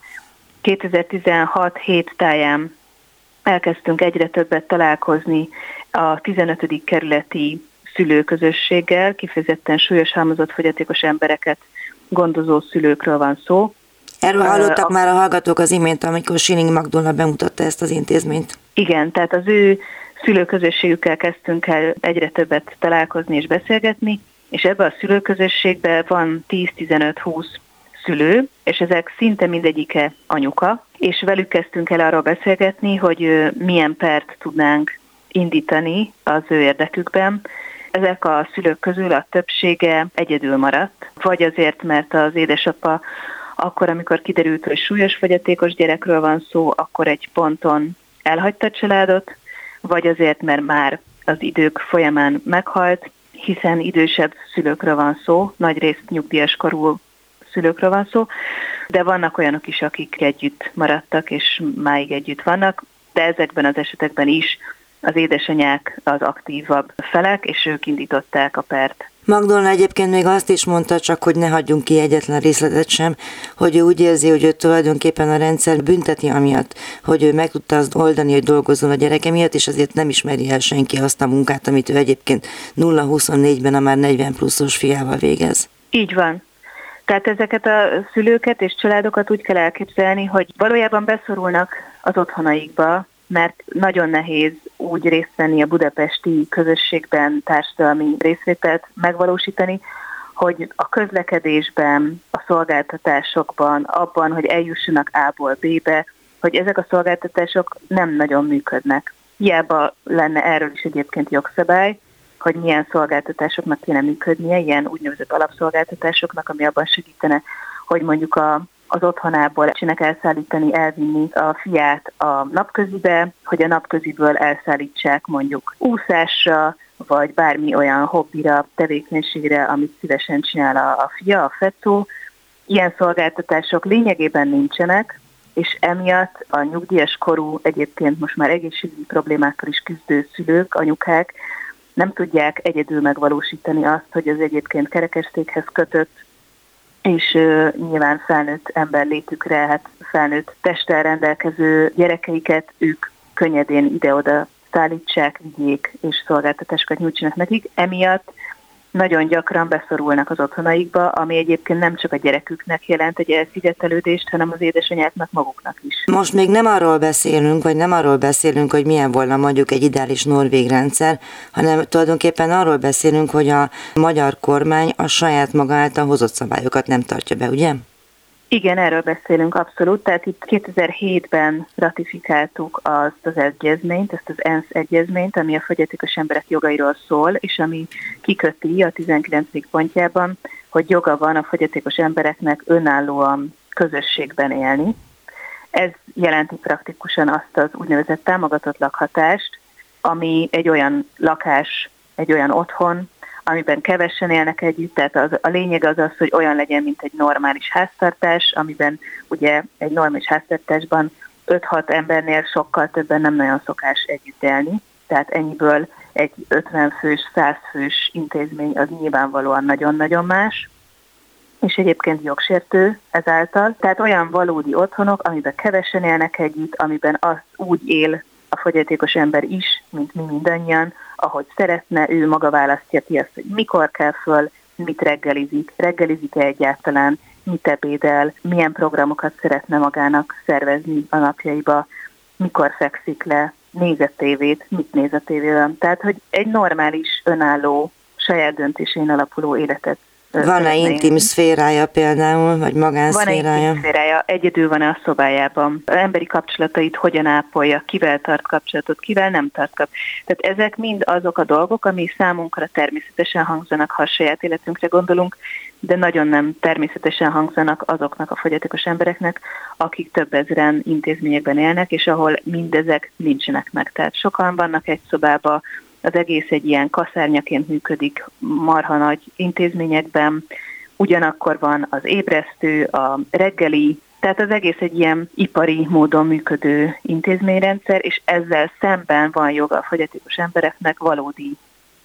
[SPEAKER 4] 2016 hét táján elkezdtünk egyre többet találkozni a 15. kerületi szülőközösséggel, kifejezetten súlyos halmozott fogyatékos embereket gondozó szülőkről van szó.
[SPEAKER 2] Erről hallottak már a hallgatók az imént, amikor Schilling Magdolna bemutatta ezt az intézményt.
[SPEAKER 4] Igen, tehát az ő szülőközösségükkel kezdtünk el egyre többet találkozni és beszélgetni, és ebben a szülőközösségben van 10-15-20 szülő, és ezek szinte mindegyike anyuka, és velük kezdtünk el arról beszélgetni, hogy milyen pert tudnánk indítani az ő érdekükben. Ezek a szülők közül a többsége egyedül maradt, vagy azért, mert az édesapa akkor, amikor kiderült, hogy súlyos fogyatékos gyerekről van szó, akkor egy ponton elhagyta a családot, vagy azért, mert már az idők folyamán meghalt, hiszen idősebb szülőkről van szó, nagyrészt nyugdíjas korú szülőkről van szó, de vannak olyanok is, akik együtt maradtak, és máig együtt vannak, de ezekben az esetekben is az édesanyák az aktívabb felek, és ők indították a pert.
[SPEAKER 2] Magdolna egyébként még azt is mondta, csak hogy ne hagyjunk ki egyetlen részletet sem, hogy ő úgy érzi, hogy ő tulajdonképpen a rendszer bünteti amiatt, hogy ő meg tudta azt oldani, hogy dolgozzon a gyereke miatt, és azért nem ismeri el senki azt a munkát, amit ő egyébként 0-24-ben a már 40 pluszos fiával végez.
[SPEAKER 4] Így van. Tehát ezeket a szülőket és családokat úgy kell elképzelni, hogy valójában beszorulnak az otthonaikba, mert nagyon nehéz úgy részt venni a budapesti közösségben, társadalmi részvételt megvalósítani, hogy a közlekedésben, a szolgáltatásokban, abban, hogy eljussanak A-ból B-be, hogy ezek a szolgáltatások nem nagyon működnek. Hiába lenne erről is egyébként jogszabály, hogy milyen szolgáltatásoknak kéne működnie, ilyen úgynevezett alapszolgáltatásoknak, ami abban segítene, hogy mondjuk az otthonából csinek elszállítani, elvinni a fiát a napközibe, hogy a napköziből elszállítsák mondjuk úszásra, vagy bármi olyan hobbira, tevékenységre, amit szívesen csinál a fia, a fecó. Ilyen szolgáltatások lényegében nincsenek, és emiatt a nyugdíjas korú, egyébként most már egészségügyi problémákkal is küzdő szülők, anyukák nem tudják egyedül megvalósítani azt, hogy az egyébként kerekesszékhez kötött, és nyilván felnőtt emberlétükre, hát felnőtt testtel rendelkező gyerekeiket ők könnyedén ide-oda szállítsák, vigyék, és szolgáltatásokat nyújtsanak nekik. Emiatt nagyon gyakran beszorulnak az otthonaikba, ami egyébként nem csak a gyereküknek jelent egy elszigetelődést, hanem az édesanyáknak maguknak is.
[SPEAKER 2] Most még nem arról beszélünk, hogy milyen volna mondjuk egy ideális norvég rendszer, hanem tulajdonképpen arról beszélünk, hogy a magyar kormány a saját maga által hozott szabályokat nem tartja be, ugye?
[SPEAKER 4] Igen, erről beszélünk abszolút. Tehát itt 2007-ben ratifikáltuk az egyezményt, ezt az ENSZ egyezményt, ami a fogyatékos emberek jogairól szól, és ami kiköti a 19. pontjában, hogy joga van a fogyatékos embereknek önállóan közösségben élni. Ez jelenti praktikusan azt az úgynevezett támogatott lakhatást, ami egy olyan lakás, egy olyan otthon, amiben kevesen élnek együtt, tehát a lényeg az, hogy olyan legyen, mint egy normális háztartás, amiben ugye egy normális háztartásban 5-6 embernél sokkal többen nem nagyon szokás együtt élni, tehát ennyiből egy 50 fős, 100 fős intézmény az nyilvánvalóan nagyon-nagyon más, és egyébként jogsértő ezáltal. Tehát olyan valódi otthonok, amiben kevesen élnek együtt, amiben az úgy él a fogyatékos ember is, mint mi mindannyian, ahogy szeretne, ő maga választja ki azt, hogy mikor kell föl, mit reggelizik-e egyáltalán, mit ebédel, milyen programokat szeretne magának szervezni a napjaiba, mikor fekszik le, néz a tévét, mit néz a tévében. Tehát, hogy egy normális, önálló, saját döntésén alapuló életet.
[SPEAKER 2] Van-e intim szférája például, vagy magánszférája?
[SPEAKER 4] Van-e intim szférája? Egyedül van-e a szobájában? Az emberi kapcsolatait hogyan ápolja? Kivel tart kapcsolatot? Kivel nem tart kapcsolatot? Tehát ezek mind azok a dolgok, ami számunkra természetesen hangzanak, ha a saját életünkre gondolunk, de nagyon nem természetesen hangzanak azoknak a fogyatékos embereknek, akik több ezren intézményekben élnek, és ahol mindezek nincsenek meg. Tehát sokan vannak egy szobában, az egész egy ilyen kaszárnyaként működik marha nagy intézményekben, ugyanakkor van az ébresztő, a reggeli, tehát az egész egy ilyen ipari módon működő intézményrendszer, és ezzel szemben van joga a fogyatékos embereknek valódi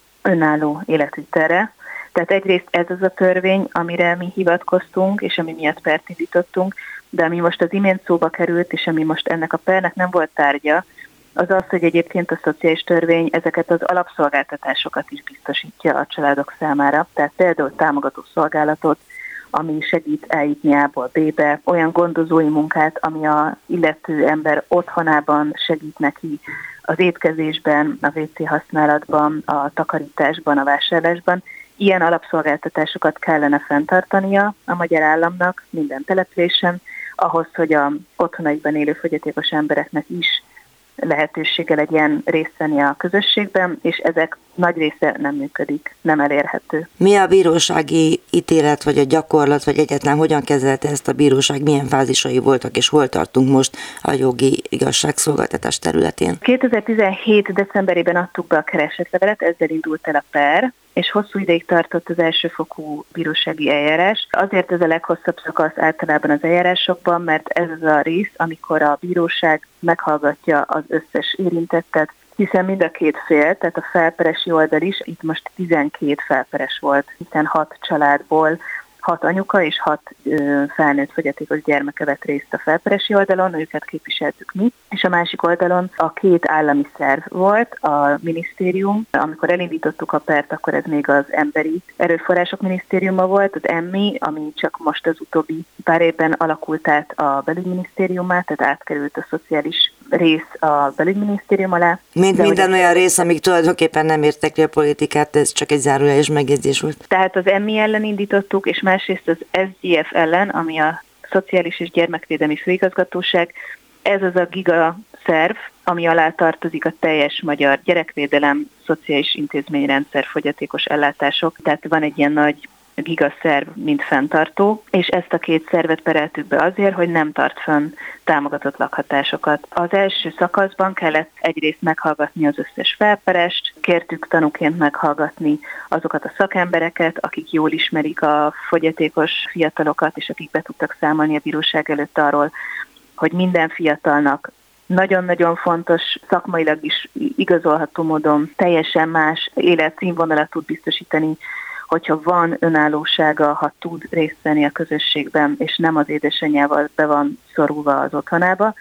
[SPEAKER 4] önálló életvitelre. Tehát egyrészt ez az a törvény, amire mi hivatkoztunk, és ami miatt pert indítottunk, de ami most az imént szóba került, és ami most ennek a pernek nem volt tárgya, az az, hogy egyébként a szociális törvény ezeket az alapszolgáltatásokat is biztosítja a családok számára. Tehát például támogató szolgálatot, ami segít eljutni A-ból B-be, olyan gondozói munkát, ami a illető ember otthonában segít neki az étkezésben, a WC használatban, a takarításban, a vásárlásban. Ilyen alapszolgáltatásokat kellene fenntartania a magyar államnak minden településen, ahhoz, hogy a otthonaikban élő fogyatékos embereknek is lehetősége legyen részt venni a közösségben, és ezek nagy része nem működik, nem elérhető.
[SPEAKER 2] Mi a bírósági ítélet, vagy a gyakorlat, vagy egyáltalán hogyan kezelte ezt a bíróság, milyen fázisai voltak, és hol tartunk most a jogi igazságszolgáltatás területén?
[SPEAKER 4] 2017. decemberében adtuk be a keresetlevelet, ezzel indult el a per, és hosszú ideig tartott az elsőfokú bírósági eljárás. Azért ez a leghosszabb szakasz általában az eljárásokban, mert ez az a rész, amikor a bíróság meghallgatja az összes érintettet, hiszen mind a két fél, tehát a felperesi oldal is, itt most 12 felperes volt, hiszen 6 családból 6 anyuka és 6 felnőtt fogyatékos gyermeke vett részt a felperesi oldalon, őket képviseltük mi, és a másik oldalon a 2 állami szerv volt, a minisztérium. Amikor elindítottuk a pert, akkor ez még az Emberi Erőforrások Minisztériuma volt, az EMMI, ami csak most az utóbbi pár évben alakult át a Belügyminisztériummá, tehát átkerült a szociális rész a Belügyminisztérium alá.
[SPEAKER 2] Minden olyan rész, amik tulajdonképpen nem értek a politikát, ez csak egy zárójeles megjegyzés volt.
[SPEAKER 4] Tehát az EMMI ellen indítottuk, és másrészt az SZGF ellen, ami a Szociális és Gyermekvédelmi Főigazgatóság, ez az a giga szerv, ami alá tartozik a teljes magyar gyerekvédelem, szociális intézményrendszer, fogyatékos ellátások. Tehát van egy ilyen nagy gigaszerv, mint fenntartó, és ezt a 2 szervet pereltük be azért, hogy nem tart fönn támogatott lakhatásokat. Az első szakaszban kellett egyrészt meghallgatni az összes felperest, kértük tanúként meghallgatni azokat a szakembereket, akik jól ismerik a fogyatékos fiatalokat, és akik be tudtak számolni a bíróság előtt arról, hogy minden fiatalnak nagyon-nagyon fontos, szakmailag is igazolható módon teljesen más életszínvonalat tud biztosítani, hogyha van önállósága, ha tud részt venni a közösségben, és nem az édesanyjával be van szorulva az otthonába,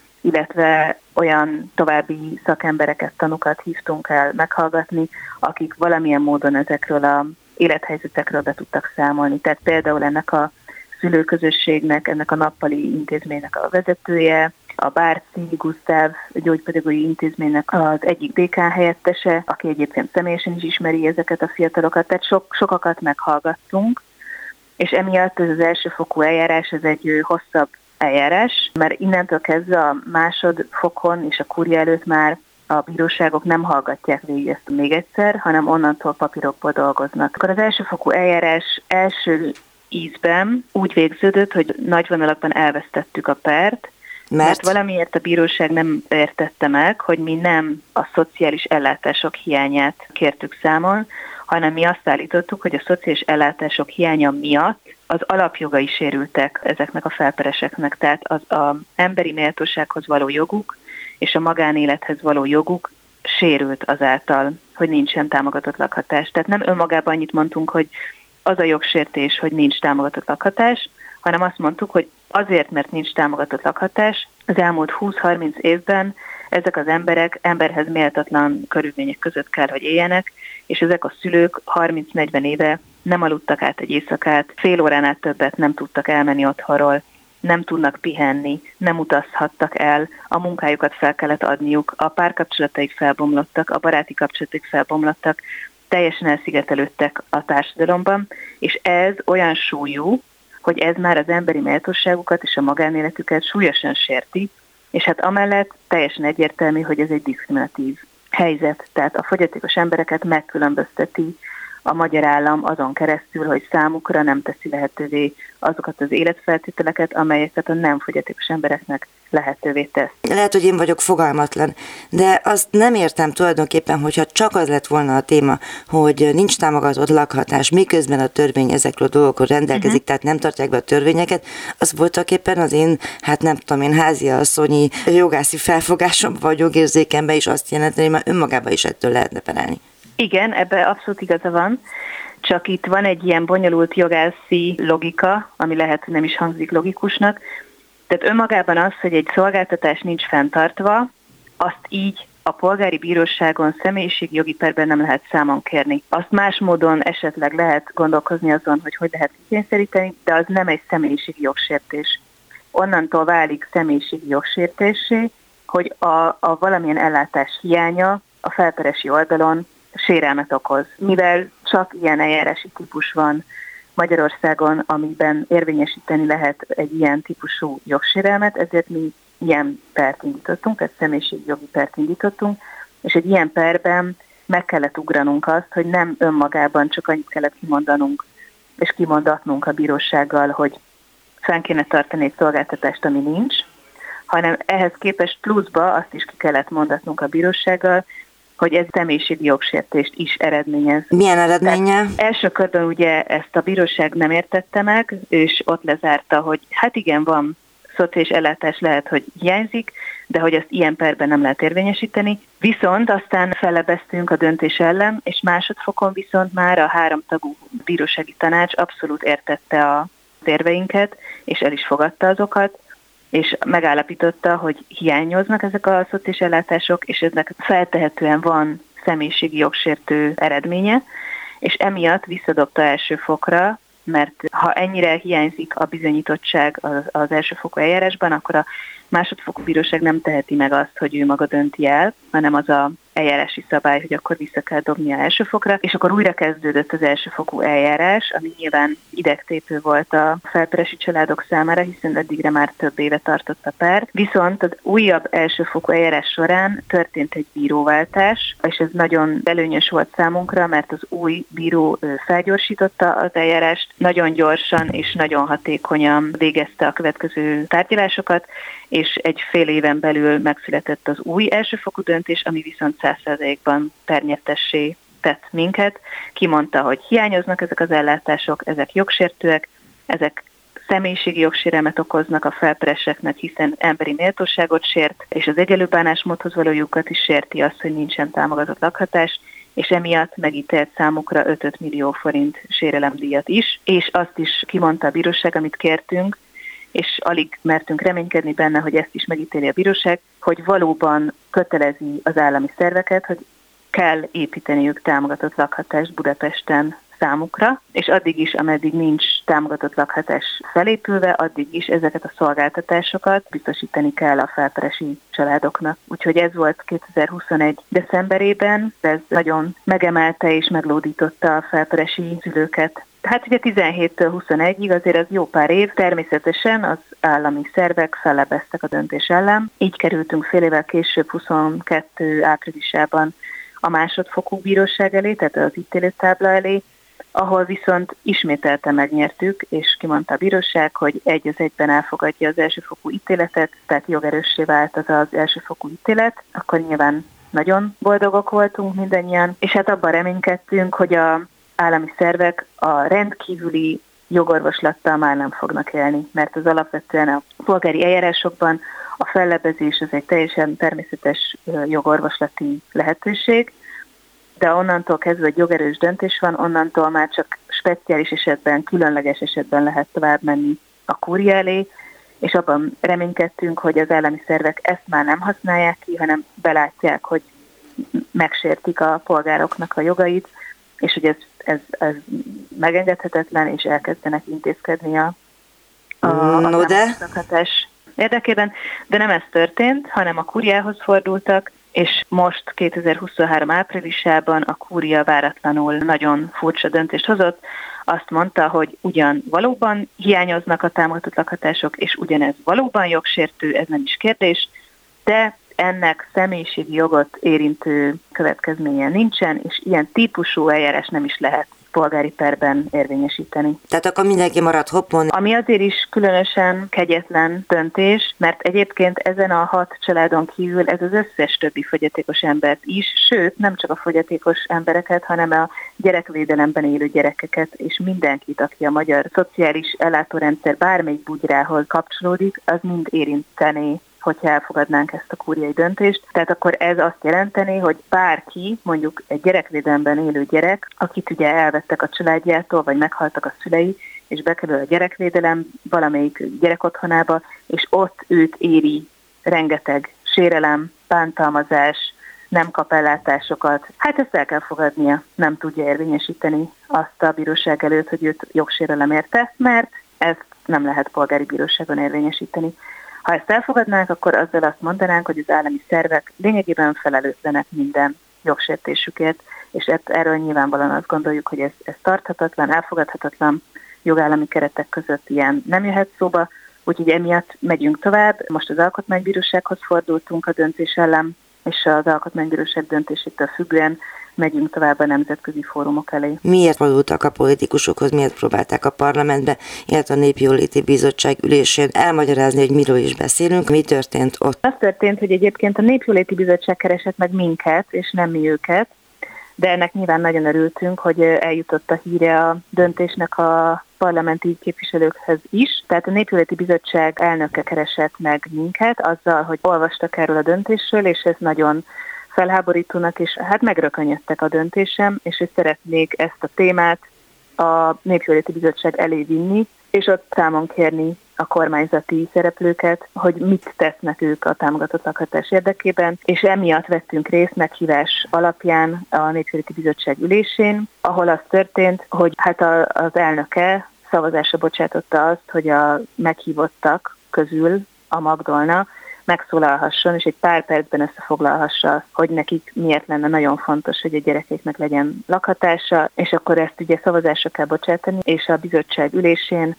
[SPEAKER 4] illetve olyan további szakembereket, tanukat hívtunk el meghallgatni, akik valamilyen módon ezekről az élethelyzetekről be tudtak számolni. Tehát például ennek a szülőközösségnek, ennek a nappali intézménynek a vezetője, a Bárci Gusztáv gyógypedagógiai intézménynek az egyik dékán helyettese, aki egyébként személyesen is ismeri ezeket a fiatalokat, tehát sokakat meghallgattunk, és emiatt ez az elsőfokú eljárás, ez egy hosszabb eljárás, mert innentől kezdve a másodfokon és a kúria előtt már a bíróságok nem hallgatják végig ezt még egyszer, hanem onnantól papírokból dolgoznak. Akkor az elsőfokú eljárás első ízben úgy végződött, hogy nagy vonalakban elvesztettük a pert, mert valamiért a bíróság nem értette meg, hogy mi nem a szociális ellátások hiányát kértük számon, hanem mi azt állítottuk, hogy a szociális ellátások hiánya miatt az alapjogai sérültek ezeknek a felpereseknek, tehát az emberi méltósághoz való joguk és a magánélethez való joguk sérült azáltal, hogy nincsen támogatott lakhatás. Tehát nem önmagában annyit mondtunk, hogy az a jogsértés, hogy nincs támogatott lakhatás, hanem azt mondtuk, hogy azért, mert nincs támogatott lakhatás, az elmúlt 20-30 évben ezek az emberek emberhez méltatlan körülmények között kell, hogy éljenek, és ezek a szülők 30-40 éve nem aludtak át egy éjszakát, fél óránál többet nem tudtak elmenni otthonról, nem tudnak pihenni, nem utazhattak el, a munkájukat fel kellett adniuk, a párkapcsolataik felbomlottak, a baráti kapcsolataik felbomlottak, teljesen elszigetelődtek a társadalomban, és ez olyan súlyú, hogy ez már az emberi méltóságukat és a magánéletüket súlyosan sérti, és hát amellett teljesen egyértelmű, hogy ez egy diszkriminatív helyzet, tehát a fogyatékos embereket megkülönbözteti a magyar állam azon keresztül, hogy számukra nem teszi lehetővé azokat az életfeltételeket, amelyeket a nem fogyatékos embereknek lehetővé tesz.
[SPEAKER 2] Lehet, hogy én vagyok fogalmatlan, de azt nem értem tulajdonképpen, hogyha csak az lett volna a téma, hogy nincs támogatott lakhatás, miközben a törvény ezekről a dolgokról rendelkezik, tehát nem tartják be a törvényeket, az voltaképpen az én, nem tudom én, háziasszonyi jogászi felfogásom vagy jogérzékemben is azt jelenteni, hogy már önmagában is ettől lehetne perelni.
[SPEAKER 4] Igen, ebben abszolút igaza van, csak itt van egy ilyen bonyolult jogászi logika, ami lehet, hogy nem is hangzik logikusnak. Tehát önmagában az, hogy egy szolgáltatás nincs fenntartva, azt így a polgári bíróságon személyiségjogi perben nem lehet számon kérni. Azt más módon esetleg lehet gondolkozni azon, hogy lehet kikényszeríteni, de az nem egy személyiségi jogsértés. Onnantól válik személyiségi jogsértésé, hogy a valamilyen ellátás hiánya a felperesi oldalon sérelmet okoz. Mivel csak ilyen eljárási típus van Magyarországon, amiben érvényesíteni lehet egy ilyen típusú jogsérelmet, ezért mi ilyen pert indítottunk, tehát személyiségjogi pert indítottunk, és egy ilyen perben meg kellett ugranunk azt, hogy nem önmagában csak annyit kellett kimondanunk, és kimondatnunk a bírósággal, hogy fenn kéne tartani egy szolgáltatást, ami nincs, hanem ehhez képest pluszba azt is ki kellett mondatnunk a bírósággal, hogy ez személyiségi jogsértést is eredményez.
[SPEAKER 2] Milyen eredménye?
[SPEAKER 4] Tehát első körben ugye ezt a bíróság nem értette meg, és ott lezárta, hogy hát igen, van szociális ellátás, lehet, hogy hiányzik, de hogy ezt ilyen perben nem lehet érvényesíteni. Viszont aztán fellebeztünk a döntés ellen, és másodfokon viszont már a 3 tagú bírósági tanács abszolút értette az érveinket, és el is fogadta azokat, és megállapította, hogy hiányoznak ezek a szociális ellátások, és eznek feltehetően van személyiségi jogsértő eredménye, és emiatt visszadobta első fokra, mert ha ennyire hiányzik a bizonyítottság az elsőfokú eljárásban, akkor a másodfokú bíróság nem teheti meg azt, hogy ő maga dönti el, hanem az az eljárási szabály, hogy akkor vissza kell dobnia elsőfokra, és akkor újra kezdődött az elsőfokú eljárás, ami nyilván idegtépő volt a felperesi családok számára, hiszen eddigre már több éve tartott a per. Viszont az újabb elsőfokú eljárás során történt egy bíróváltás, és ez nagyon előnyös volt számunkra, mert az új bíró felgyorsította az eljárást, nagyon gyorsan és nagyon hatékonyan végezte a következő tárgyalásokat, és egy fél éven belül megszületett az új elsőfokú döntés, ami viszont 100%-ban pernyertessé tett minket. Kimondta, hogy hiányoznak ezek az ellátások, ezek jogsértőek, ezek személyiségi jogsérelmet okoznak a felpereseknek, hiszen emberi méltóságot sért, és az egyenlő bánásmódhoz való jogukat is sérti azt, hogy nincsen támogatott lakhatás, és emiatt megítélt számukra 5 millió forint sérelemdíjat is, és azt is kimondta a bíróság, amit kértünk, és alig mertünk reménykedni benne, hogy ezt is megítéli a bíróság, hogy valóban kötelezi az állami szerveket, hogy kell építeniük támogatott lakhatást Budapesten számukra, és addig is, ameddig nincs támogatott lakhatás felépülve, addig is ezeket a szolgáltatásokat biztosítani kell a felperesi családoknak. Úgyhogy ez volt 2021. decemberében, ez nagyon megemelte és meglódította a felperesi szülőket. Hát ugye 17-től 21-ig azért az jó pár év, természetesen az állami szervek fellebeztek a döntés ellen. Így kerültünk fél évvel később, 22 áprilisában a másodfokú bíróság elé, tehát az ítélettábla elé, ahol viszont ismételten megnyertük, és kimondta a bíróság, hogy egy az egyben elfogadja az elsőfokú ítéletet, tehát jogerőssé vált az elsőfokú ítélet, akkor nyilván nagyon boldogok voltunk mindannyian, és hát abban reménykedtünk, hogy a állami szervek a rendkívüli jogorvoslattal már nem fognak élni, mert az alapvetően a polgári eljárásokban a fellebezés az egy teljesen természetes jogorvoslati lehetőség, de onnantól kezdve, hogy jogerős döntés van, onnantól már csak speciális esetben, különleges esetben lehet tovább menni a kúria elé, és abban reménykedtünk, hogy az állami szervek ezt már nem használják ki, hanem belátják, hogy megsértik a polgároknak a jogait, és hogy ez megengedhetetlen, és elkezdenek intézkedni lakhatás érdekében, de nem ez történt, hanem a kúriához fordultak, és most 2023 áprilisában a kúria váratlanul nagyon furcsa döntést hozott. Azt mondta, hogy ugyan valóban hiányoznak a támogatott lakhatások, és ugyanez valóban jogsértő, ez nem is kérdés, de ennek személyiségi jogot érintő következménye nincsen, és ilyen típusú eljárás nem is lehet polgári perben érvényesíteni.
[SPEAKER 2] Tehát akkor mindenki marad hoppon.
[SPEAKER 4] Ami azért is különösen kegyetlen döntés, mert egyébként ezen a 6 családon kívül ez az összes többi fogyatékos embert is, sőt, nem csak a fogyatékos embereket, hanem a gyerekvédelemben élő gyerekeket, és mindenkit, aki a magyar szociális ellátórendszer bármelyik bugyrához kapcsolódik, az mind érinteni, hogyha elfogadnánk ezt a kúriai döntést. Tehát akkor ez azt jelenteni, hogy bárki, mondjuk egy gyerekvédelemben élő gyerek, akit ugye elvettek a családjától, vagy meghaltak a szülei, és bekerül a gyerekvédelem valamelyik gyerekotthonába, és ott őt éri rengeteg sérelem, bántalmazás, nem kap ellátásokat. Hát ezt el kell fogadnia, nem tudja érvényesíteni azt a bíróság előtt, hogy őt jogsérelem érte, mert ezt nem lehet polgári bíróságon érvényesíteni. Ha ezt elfogadnánk, akkor azzal azt mondanánk, hogy az állami szervek lényegében felelőtlenek minden jogsértésükért, és erről nyilvánvalóan azt gondoljuk, hogy ez tarthatatlan, elfogadhatatlan, jogállami keretek között ilyen nem jöhet szóba, úgyhogy emiatt megyünk tovább. Most az Alkotmánybírósághoz fordultunk a döntés ellen, és az Alkotmánybíróság döntésétől függően megyünk tovább a nemzetközi fórumok elé.
[SPEAKER 2] Miért fordultak a politikusokhoz, miért próbálták a parlamentbe, illetve a Népjóléti Bizottság ülésén elmagyarázni, hogy miről is beszélünk, mi történt ott?
[SPEAKER 4] Az történt, hogy egyébként a Népjóléti Bizottság keresett meg minket, és nem mi őket, de ennek nyilván nagyon örültünk, hogy eljutott a híre a döntésnek a parlamenti képviselőkhez is. Tehát a Népjóléti Bizottság elnöke keresett meg minket azzal, hogy olvastak erről a döntésről, és ez nagyon felháborítónak, és hát megrökönyödtek a döntésem, és ők szeretnék ezt a témát a Népjóléti Bizottság elé vinni, és ott számon kérni a kormányzati szereplőket, hogy mit tesznek ők a támogatott lakhatás érdekében, és emiatt vettünk részt meghívás alapján a Népjóléti Bizottság ülésén, ahol az történt, hogy hát az elnöke szavazásra bocsátotta azt, hogy a meghívottak közül a Magdolna megszólalhasson, és egy pár percben összefoglalhassa azt, hogy nekik miért lenne nagyon fontos, hogy a gyerekeknek legyen lakhatása, és akkor ezt ugye szavazásra kell bocsátani, és a bizottság ülésén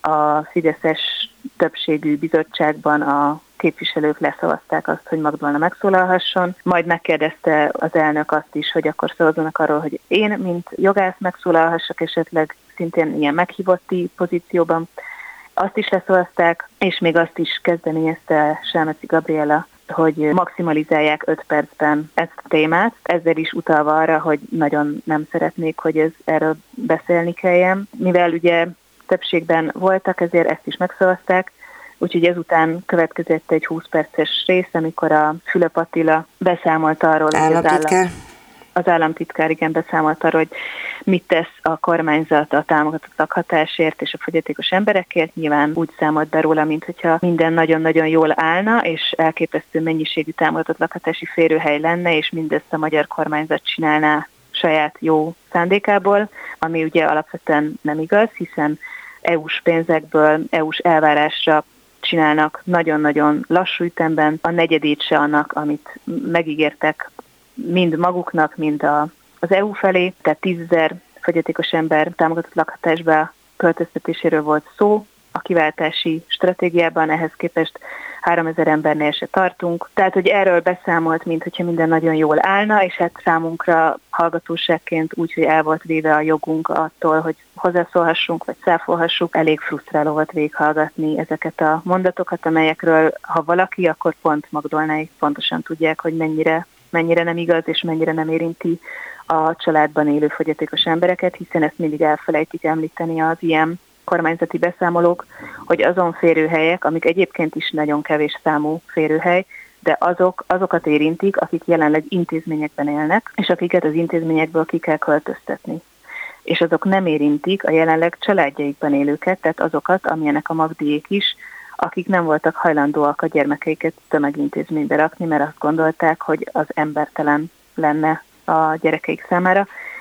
[SPEAKER 4] a fideszes többségű bizottságban a képviselők leszavazták azt, hogy Magdolna megszólalhasson, majd megkérdezte az elnök azt is, hogy akkor szavazzanak arról, hogy én, mint jogász megszólalhassak esetleg szintén ilyen meghívotti pozícióban. Azt is leszavazták, és még azt is kezdeményezte Selmeci Gabriella, hogy maximalizálják 5 percben ezt a témát, ezzel is utalva arra, hogy nagyon nem szeretnék, hogy erről beszélni kelljen. Mivel ugye többségben voltak, ezért ezt is megszavazták, úgyhogy ezután következett egy 20 perces rész, amikor a Fülöp Attila beszámolt arról, hogy az államtitkár igen beszámolt arról, hogy mit tesz a kormányzat a támogatott lakhatásért és a fogyatékos emberekért. Nyilván úgy számolt be róla, mintha minden nagyon-nagyon jól állna, és elképesztő mennyiségű támogatott lakhatási férőhely lenne, és mindezt a magyar kormányzat csinálná saját jó szándékából, ami ugye alapvetően nem igaz, hiszen EU-s pénzekből, EU-s elvárásra csinálnak nagyon-nagyon lassú ütemben, a negyedét se annak, amit megígértek mind maguknak, mind az EU felé, tehát 10 000 fogyatékos ember támogatott lakhatásba költöztetéséről volt szó a kiváltási stratégiában, ehhez képest 3000 embernél se tartunk. Tehát, hogy erről beszámolt, mintha minden nagyon jól állna, és hát számunkra hallgatóságként úgy, hogy el volt véve a jogunk attól, hogy hozzászólhassunk, vagy száfolhassuk. Elég frusztráló volt végighallgatni ezeket a mondatokat, amelyekről, ha valaki, akkor pont Magdolnáig pontosan tudják, hogy mennyire nem igaz, és mennyire nem érinti a családban élő fogyatékos embereket, hiszen ezt mindig elfelejtik említeni az ilyen kormányzati beszámolók, hogy azon férőhelyek, amik egyébként is nagyon kevés számú férőhely, de azokat érintik, akik jelenleg intézményekben élnek, és akiket az intézményekből ki kell költöztetni. És azok nem érintik a jelenleg családjaikban élőket, tehát azokat, amilyenek a magdiék is, akik nem voltak hajlandóak a gyermekeiket tömegintézménybe rakni, mert azt gondolták, hogy az embertelen lenne a gyerekeik számára.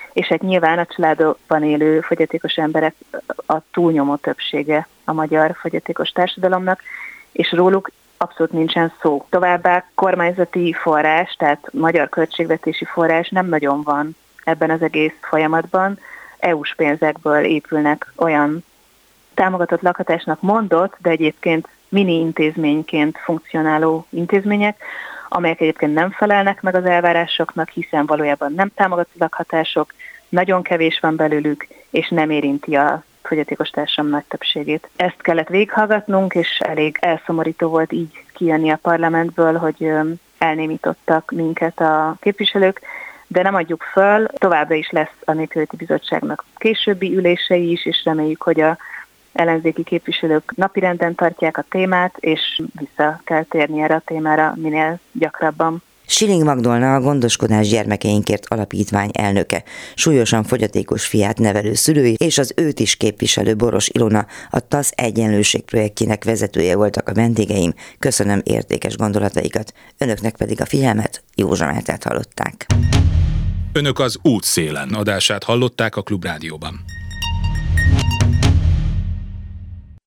[SPEAKER 4] és hát nyilván a családokban élő fogyatékos emberek a túlnyomó többsége a magyar fogyatékos társadalomnak, és róluk abszolút nincsen szó. Továbbá kormányzati forrás, tehát magyar költségvetési forrás nem nagyon van ebben az egész folyamatban. EU-s pénzekből épülnek olyan támogatott lakhatásnak mondott, de egyébként mini intézményként funkcionáló intézmények, amelyek egyébként nem felelnek meg az elvárásoknak, hiszen valójában nem támogatott lakhatások, nagyon kevés van belőlük, és nem érinti a fogyatékos társadalom nagy többségét. Ezt kellett végighallgatnunk, és elég elszomorító volt így kijönni a parlamentből, hogy elnémítottak minket a képviselők, de nem adjuk föl, továbbra is lesz a Népjogi Bizottságnak későbbi ülései is, és reméljük, hogy a ellenzéki képviselők napirenden tartják a témát, és vissza kell térni erre a témára minél gyakrabban.
[SPEAKER 2] Schilling Magdolna, a Gondoskodás Gyermekeinkért Alapítvány elnöke, súlyosan fogyatékos fiát nevelő szülői és az őt is képviselő Boros Ilona, a TASZ egyenlőség projektjének vezetője voltak a vendégeim. Köszönöm értékes gondolataikat, önöknek pedig a figyelmet, Józsa Mártát hallották.
[SPEAKER 1] Önök az Útszélen adását hallották a Klubrádióban.